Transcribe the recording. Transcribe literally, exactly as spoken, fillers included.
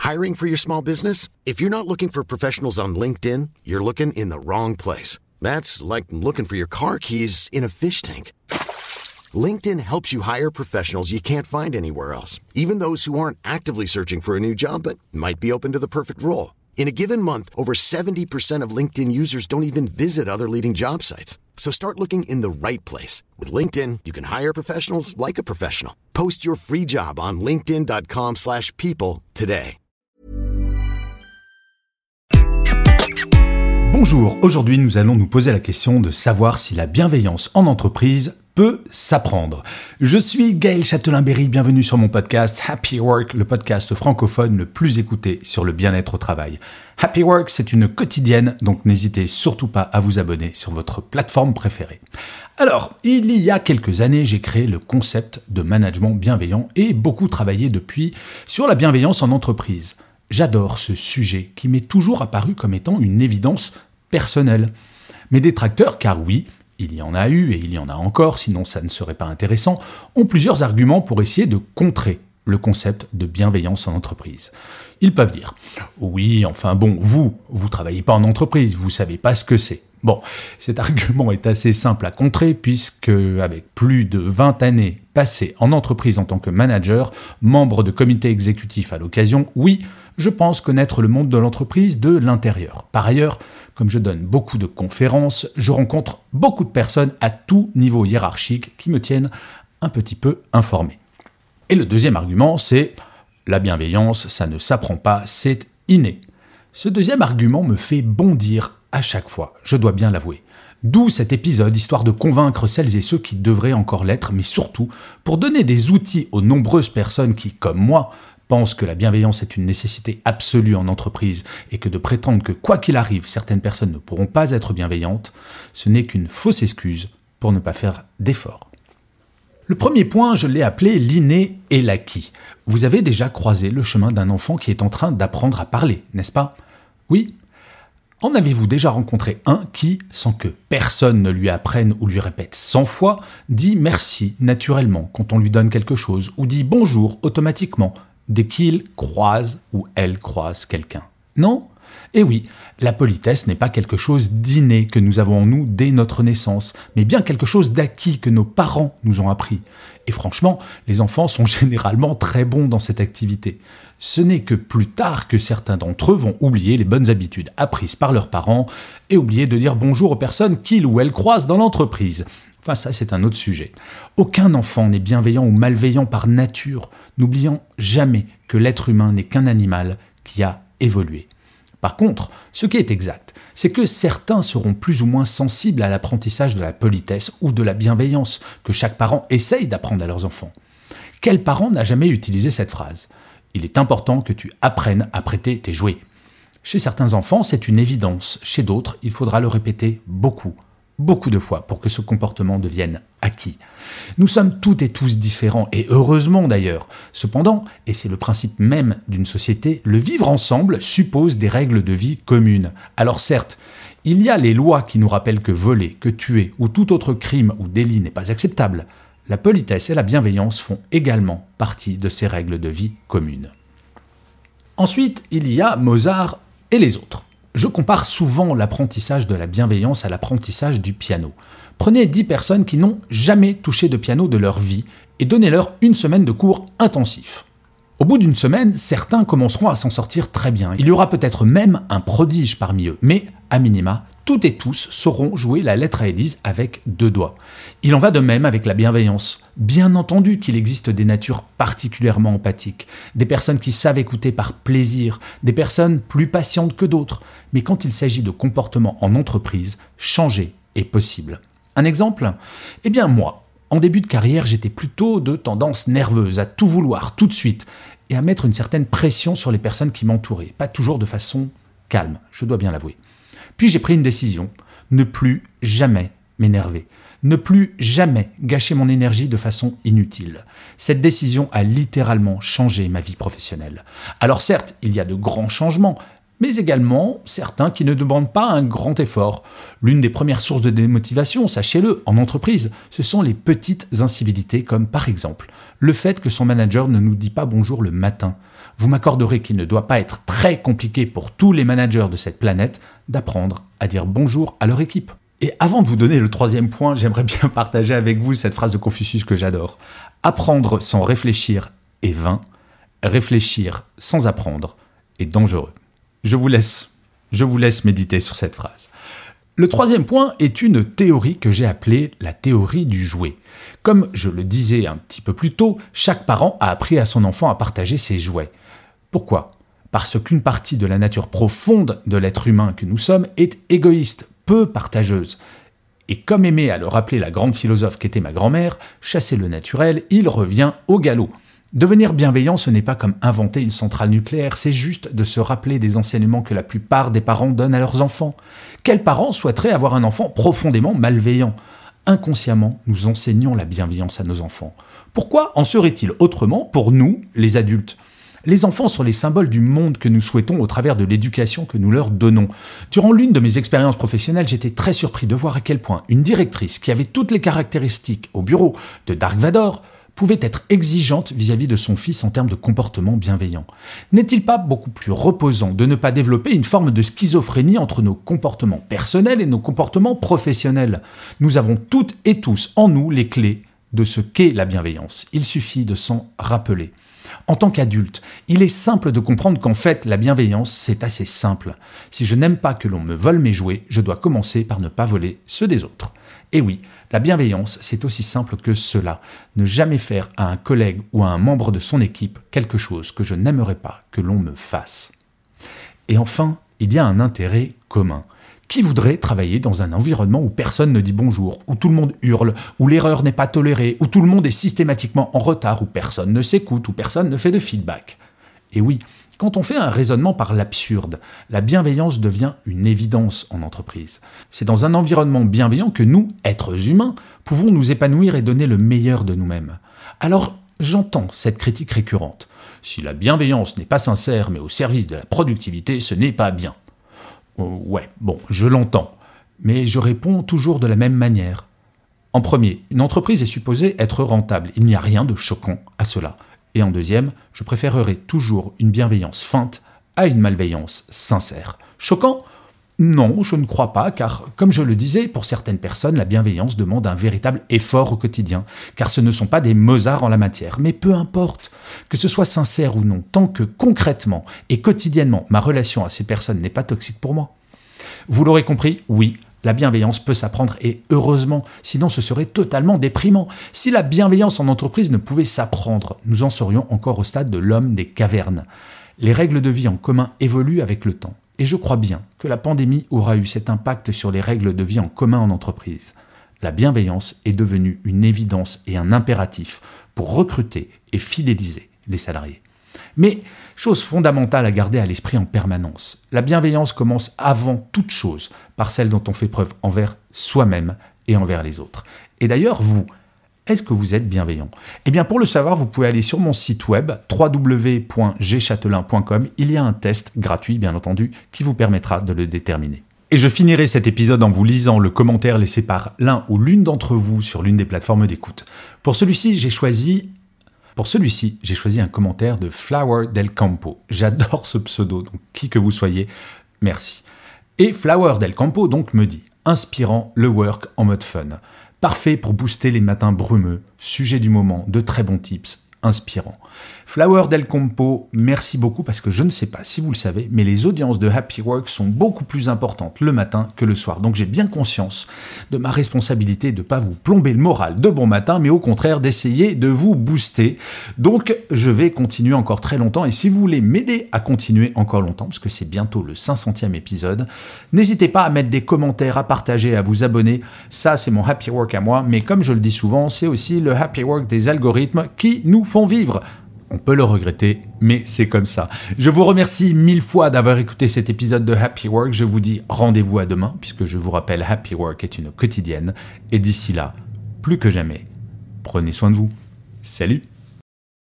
Hiring for your small business? If you're not looking for professionals on LinkedIn, you're looking in the wrong place. That's like looking for your car keys in a fish tank. LinkedIn helps you hire professionals you can't find anywhere else, even those who aren't actively searching for a new job but might be open to the perfect role. In a given month, over seventy percent of LinkedIn users don't even visit other leading job sites. So start looking in the right place. With LinkedIn, you can hire professionals like a professional. Post your free job on linkedin.com slash people today. Bonjour, aujourd'hui nous allons nous poser la question de savoir si la bienveillance en entreprise peut s'apprendre. Je suis Gaël Châtelain-Berry, bienvenue sur mon podcast Happy Work, le podcast francophone le plus écouté sur le bien-être au travail. Happy Work, c'est une quotidienne, donc n'hésitez surtout pas à vous abonner sur votre plateforme préférée. Alors, il y a quelques années, j'ai créé le concept de management bienveillant et beaucoup travaillé depuis sur la bienveillance en entreprise. J'adore ce sujet qui m'est toujours apparu comme étant une évidence personnelle. Mes détracteurs, car oui, il y en a eu et il y en a encore, sinon ça ne serait pas intéressant, ont plusieurs arguments pour essayer de contrer le concept de bienveillance en entreprise. Ils peuvent dire « Oui, enfin bon, vous, vous travaillez pas en entreprise, vous savez pas ce que c'est. » Bon, cet argument est assez simple à contrer puisque, avec plus de vingt années passées en entreprise en tant que manager, membre de comité exécutif à l'occasion, oui, je pense connaître le monde de l'entreprise de l'intérieur. Par ailleurs, comme je donne beaucoup de conférences, je rencontre beaucoup de personnes à tout niveau hiérarchique qui me tiennent un petit peu informé. Et le deuxième argument, c'est « la bienveillance, ça ne s'apprend pas, c'est inné ». Ce deuxième argument me fait bondir à chaque fois, je dois bien l'avouer. D'où cet épisode, histoire de convaincre celles et ceux qui devraient encore l'être, mais surtout pour donner des outils aux nombreuses personnes qui, comme moi, pensent que la bienveillance est une nécessité absolue en entreprise et que de prétendre que quoi qu'il arrive, certaines personnes ne pourront pas être bienveillantes, ce n'est qu'une fausse excuse pour ne pas faire d'efforts. Le premier point, je l'ai appelé l'inné et l'acquis. Vous avez déjà croisé le chemin d'un enfant qui est en train d'apprendre à parler, n'est-ce pas ? Oui ? En avez-vous déjà rencontré un qui, sans que personne ne lui apprenne ou lui répète cent fois, dit merci naturellement quand on lui donne quelque chose ou dit bonjour automatiquement dès qu'il croise ou elle croise quelqu'un? Non ? Eh oui, la politesse n'est pas quelque chose d'inné que nous avons en nous dès notre naissance, mais bien quelque chose d'acquis que nos parents nous ont appris. Et franchement, les enfants sont généralement très bons dans cette activité. Ce n'est que plus tard que certains d'entre eux vont oublier les bonnes habitudes apprises par leurs parents et oublier de dire bonjour aux personnes qu'ils ou elles croisent dans l'entreprise. Enfin, ça, c'est un autre sujet. Aucun enfant n'est bienveillant ou malveillant par nature. N'oublions jamais que l'être humain n'est qu'un animal qui a évolué. Par contre, ce qui est exact, c'est que certains seront plus ou moins sensibles à l'apprentissage de la politesse ou de la bienveillance que chaque parent essaye d'apprendre à leurs enfants. Quel parent n'a jamais utilisé cette phrase ? Il est important que tu apprennes à prêter tes jouets. Chez certains enfants, c'est une évidence. Chez d'autres, il faudra le répéter beaucoup, beaucoup de fois pour que ce comportement devienne acquis. Nous sommes toutes et tous différents, et heureusement d'ailleurs. Cependant, et c'est le principe même d'une société, le vivre ensemble suppose des règles de vie communes. Alors certes, il y a les lois qui nous rappellent que voler, que tuer ou tout autre crime ou délit n'est pas acceptable. La politesse et la bienveillance font également partie de ces règles de vie communes. Ensuite, il y a Mozart et les autres. Je compare souvent l'apprentissage de la bienveillance à l'apprentissage du piano. Prenez dix personnes qui n'ont jamais touché de piano de leur vie et donnez-leur une semaine de cours intensifs. Au bout d'une semaine, certains commenceront à s'en sortir très bien. Il y aura peut-être même un prodige parmi eux, mais à minima, toutes et tous sauront jouer la lettre à Élise avec deux doigts. Il en va de même avec la bienveillance. Bien entendu qu'il existe des natures particulièrement empathiques, des personnes qui savent écouter par plaisir, des personnes plus patientes que d'autres. Mais quand il s'agit de comportements en entreprise, changer est possible. Un exemple ? Eh bien moi, en début de carrière, j'étais plutôt de tendance nerveuse, à tout vouloir tout de suite, et à mettre une certaine pression sur les personnes qui m'entouraient, pas toujours de façon calme, je dois bien l'avouer. Puis j'ai pris une décision, ne plus jamais m'énerver, ne plus jamais gâcher mon énergie de façon inutile. Cette décision a littéralement changé ma vie professionnelle. Alors certes, il y a de grands changements, mais également certains qui ne demandent pas un grand effort. L'une des premières sources de démotivation, sachez-le, en entreprise, ce sont les petites incivilités comme par exemple le fait que son manager ne nous dit pas bonjour le matin, vous m'accorderez qu'il ne doit pas être très compliqué pour tous les managers de cette planète d'apprendre à dire bonjour à leur équipe. Et avant de vous donner le troisième point, j'aimerais bien partager avec vous cette phrase de Confucius que j'adore. Apprendre sans réfléchir est vain, réfléchir sans apprendre est dangereux. Je vous laisse, je vous laisse méditer sur cette phrase. Le troisième point est une théorie que j'ai appelée la théorie du jouet. Comme je le disais un petit peu plus tôt, chaque parent a appris à son enfant à partager ses jouets. Pourquoi ? Parce qu'une partie de la nature profonde de l'être humain que nous sommes est égoïste, peu partageuse. Et comme aimait à le rappeler la grande philosophe qu'était ma grand-mère, chasser le naturel, il revient au galop. Devenir bienveillant, ce n'est pas comme inventer une centrale nucléaire, c'est juste de se rappeler des enseignements que la plupart des parents donnent à leurs enfants. Quels parents souhaiteraient avoir un enfant profondément malveillant ? Inconsciemment, nous enseignons la bienveillance à nos enfants. Pourquoi en serait-il autrement pour nous, les adultes ? Les enfants sont les symboles du monde que nous souhaitons au travers de l'éducation que nous leur donnons. Durant l'une de mes expériences professionnelles, j'étais très surpris de voir à quel point une directrice qui avait toutes les caractéristiques au bureau de Dark Vador pouvait être exigeante vis-à-vis de son fils en termes de comportement bienveillant. N'est-il pas beaucoup plus reposant de ne pas développer une forme de schizophrénie entre nos comportements personnels et nos comportements professionnels ? Nous avons toutes et tous en nous les clés de ce qu'est la bienveillance. Il suffit de s'en rappeler. En tant qu'adulte, il est simple de comprendre qu'en fait, la bienveillance, c'est assez simple. Si je n'aime pas que l'on me vole mes jouets, je dois commencer par ne pas voler ceux des autres. Et oui, la bienveillance, c'est aussi simple que cela. Ne jamais faire à un collègue ou à un membre de son équipe quelque chose que je n'aimerais pas que l'on me fasse. Et enfin, il y a un intérêt commun. Qui voudrait travailler dans un environnement où personne ne dit bonjour, où tout le monde hurle, où l'erreur n'est pas tolérée, où tout le monde est systématiquement en retard, où personne ne s'écoute, où personne ne fait de feedback ? Et oui, quand on fait un raisonnement par l'absurde, la bienveillance devient une évidence en entreprise. C'est dans un environnement bienveillant que nous, êtres humains, pouvons nous épanouir et donner le meilleur de nous-mêmes. Alors, j'entends cette critique récurrente. Si la bienveillance n'est pas sincère mais au service de la productivité, ce n'est pas bien. Oh, ouais, bon, je l'entends, mais je réponds toujours de la même manière. En premier, une entreprise est supposée être rentable. Il n'y a rien de choquant à cela. Et en deuxième, je préférerais toujours une bienveillance feinte à une malveillance sincère. Choquant ? Non, je ne crois pas, car, comme je le disais, pour certaines personnes, la bienveillance demande un véritable effort au quotidien, car ce ne sont pas des Mozart en la matière. Mais peu importe, que ce soit sincère ou non, tant que concrètement et quotidiennement, ma relation à ces personnes n'est pas toxique pour moi. Vous l'aurez compris, oui, la bienveillance peut s'apprendre, et heureusement, sinon ce serait totalement déprimant. Si la bienveillance en entreprise ne pouvait s'apprendre, nous en serions encore au stade de l'homme des cavernes. Les règles de vie en commun évoluent avec le temps. Et je crois bien que la pandémie aura eu cet impact sur les règles de vie en commun en entreprise. La bienveillance est devenue une évidence et un impératif pour recruter et fidéliser les salariés. Mais, chose fondamentale à garder à l'esprit en permanence, la bienveillance commence avant toute chose par celle dont on fait preuve envers soi-même et envers les autres. Et d'ailleurs, vous, est-ce que vous êtes bienveillant ? Eh bien, pour le savoir, vous pouvez aller sur mon site web w w w point g châtelain point com. Il y a un test gratuit, bien entendu, qui vous permettra de le déterminer. Et je finirai cet épisode en vous lisant le commentaire laissé par l'un ou l'une d'entre vous sur l'une des plateformes d'écoute. Pour celui-ci, j'ai choisi... Pour celui-ci, j'ai choisi un commentaire de Flower del Campo. J'adore ce pseudo, donc qui que vous soyez, merci. Et Flower del Campo donc me dit « Inspirant le work en mode fun ». Parfait pour booster les matins brumeux, sujet du moment, de très bons tips, inspirants. Flower del Campo, merci beaucoup parce que je ne sais pas si vous le savez, mais les audiences de Happy Work sont beaucoup plus importantes le matin que le soir. Donc j'ai bien conscience de ma responsabilité de ne pas vous plomber le moral de bon matin, mais au contraire d'essayer de vous booster. Donc je vais continuer encore très longtemps et si vous voulez m'aider à continuer encore longtemps, parce que c'est bientôt le cinq centième épisode, n'hésitez pas à mettre des commentaires, à partager, à vous abonner. Ça, c'est mon Happy Work à moi, mais comme je le dis souvent, c'est aussi le Happy Work des algorithmes qui nous font vivre. On peut le regretter, mais c'est comme ça. Je vous remercie mille fois d'avoir écouté cet épisode de Happy Work. Je vous dis rendez-vous à demain, puisque je vous rappelle, Happy Work est une quotidienne. Et d'ici là, plus que jamais, prenez soin de vous. Salut!